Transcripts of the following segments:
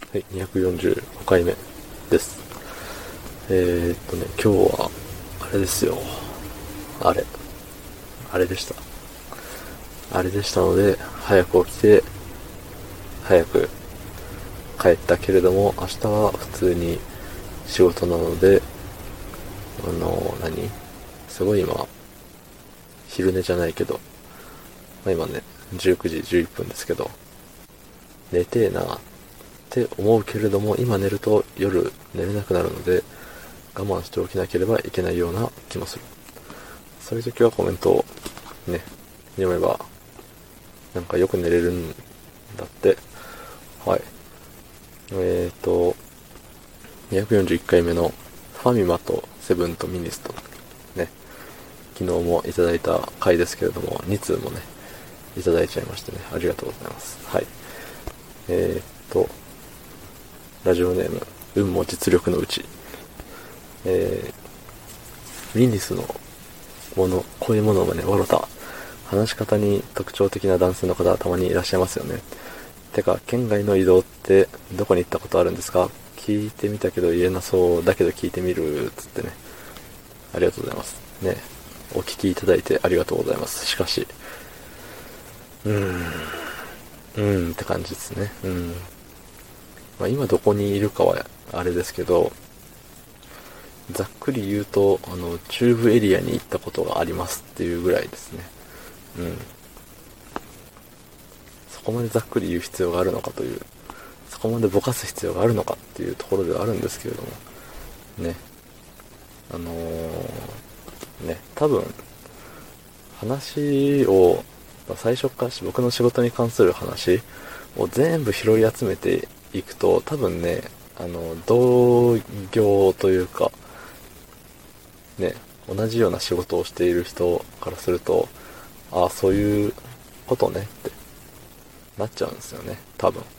はい、245回目です。今日は、あれですよ。あれでした。あれでしたので、早く起きて、早く帰ったけれども、明日は普通に仕事なので、すごい今、昼寝じゃないけど、今ね、19時11分ですけど、寝てえなって思うけれども、今寝ると夜寝れなくなるので、我慢して起きなければいけないような気もする。そういう時はコメントをね、読めば、なんかよく寝れるんだって。はい。241回目のファミマとセブンとミニスト。ね。昨日もいただいた回ですけれども、2通もね、いただいちゃいましてね。ありがとうございます。はい。えーと、ラジオネーム、運も実力のうち。ミニスの声物がね、わろた。話し方に特徴的な男性の方はたまにいらっしゃいますよね。てか、県外の移動ってどこに行ったことあるんですか？聞いてみたけど言えなそうだけど聞いてみるつってね。ありがとうございます。ね。お聞きいただいてありがとうございます。しかし、って感じですね。今どこにいるかはあれですけど、ざっくり言うと、中部エリアに行ったことがありますっていうぐらいですね。うん。そこまでざっくり言う必要があるのかという、そこまでぼかす必要があるのかっていうところではあるんですけれども、ね。多分、話を、最初から僕の仕事に関する話を全部拾い集めていくと、多分ね、同業というか、ね、同じような仕事をしている人からすると、ああ、そういうことねってなっちゃうんですよね、多分。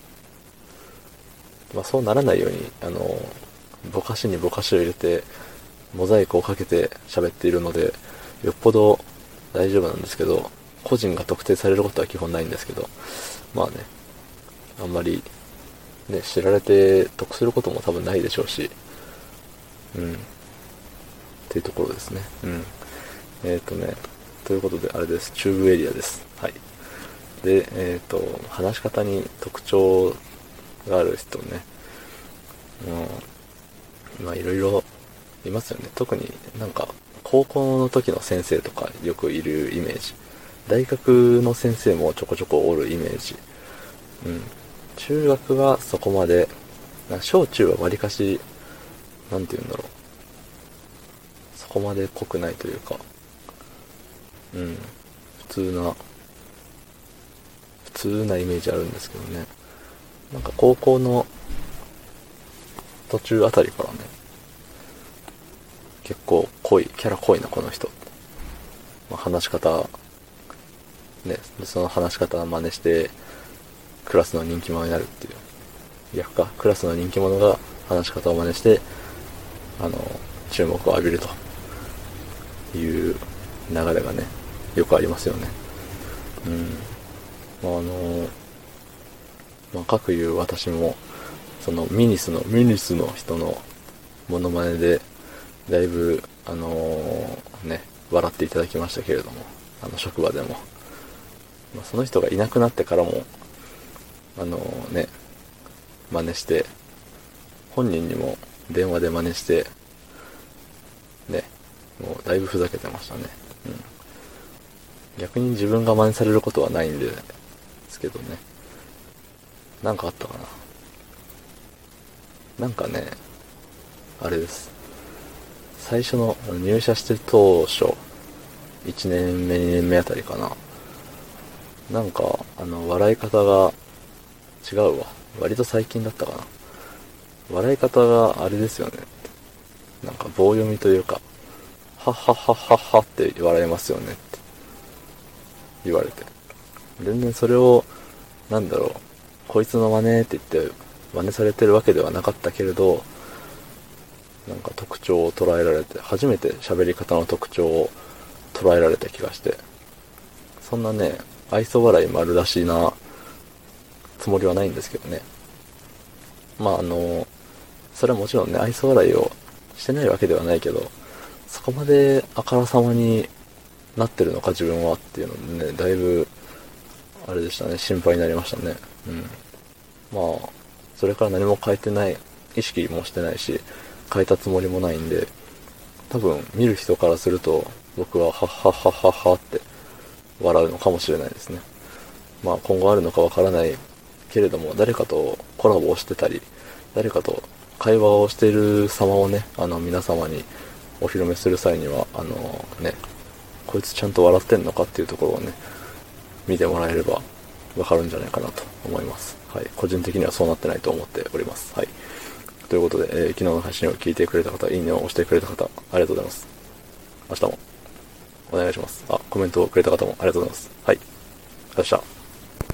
そうならないように、ぼかしにぼかしを入れて、モザイクをかけて喋っているので、よっぽど大丈夫なんですけど、個人が特定されることは基本ないんですけど、まあね、あんまり、ね、知られて得することも多分ないでしょうし、っていうところですね。ということで、あれです。中部エリアです。はい。で、話し方に特徴がある人ね、いろいろいますよね。特になんか、高校の時の先生とかよくいるイメージ。大学の先生もちょこちょこおるイメージ。中学はそこまで、小中はわりかし、なんて言うんだろう。そこまで濃くないというか、普通な、普通なイメージあるんですけどね。なんか高校の途中あたりからね、結構キャラ濃いな、この人。話し方、ね、その話し方を真似して、クラスの人気者になるっていう。逆か、クラスの人気者が話し方を真似して、注目を浴びるという流れがね、よくありますよね。かくいう私も、そのミニスの人のモノマネで、だいぶ、笑っていただきましたけれども、職場でも。その人がいなくなってからも、真似して、本人にも電話で真似して、ね、もうだいぶふざけてましたね。逆に自分が真似されることはないんですけどね。なんかあったかな。なんかね、あれです。最初の入社して当初、1年目、2年目あたりかな。なんか、笑い方が違うわ。割と最近だったかな。笑い方があれですよね。なんか棒読みというか、はっはっはっはっはって笑えますよねって言われて。全然それを、なんだろう、こいつの真似って言って真似されてるわけではなかったけれど、なんか特徴を捉えられて、初めて喋り方の特徴を捉えられた気がして、そんなね、愛想笑い丸出しなつもりはないんですけどね。 まあそれはもちろんね、愛想笑いをしてないわけではないけど、そこまであからさまになってるのか自分はっていうのでね、だいぶ、あれでしたね、心配になりましたね。うん。まあ、それから何も変えてない、意識もしてないし、変えたつもりもないんで、多分見る人からすると、僕はハッハッハッハッハって笑うのかもしれないですね。まあ今後あるのかわからないけれども、誰かとコラボをしてたり、誰かと会話をしている様をね、皆様にお披露目する際には、ね、こいつちゃんと笑ってんのかっていうところをね、見てもらえればわかるんじゃないかなと思います。はい。個人的にはそうなってないと思っております。はい。ということで、昨日の配信を聞いてくれた方、いいねを押してくれた方、ありがとうございます。明日もお願いします。コメントをくれた方もありがとうございます。はい。明日。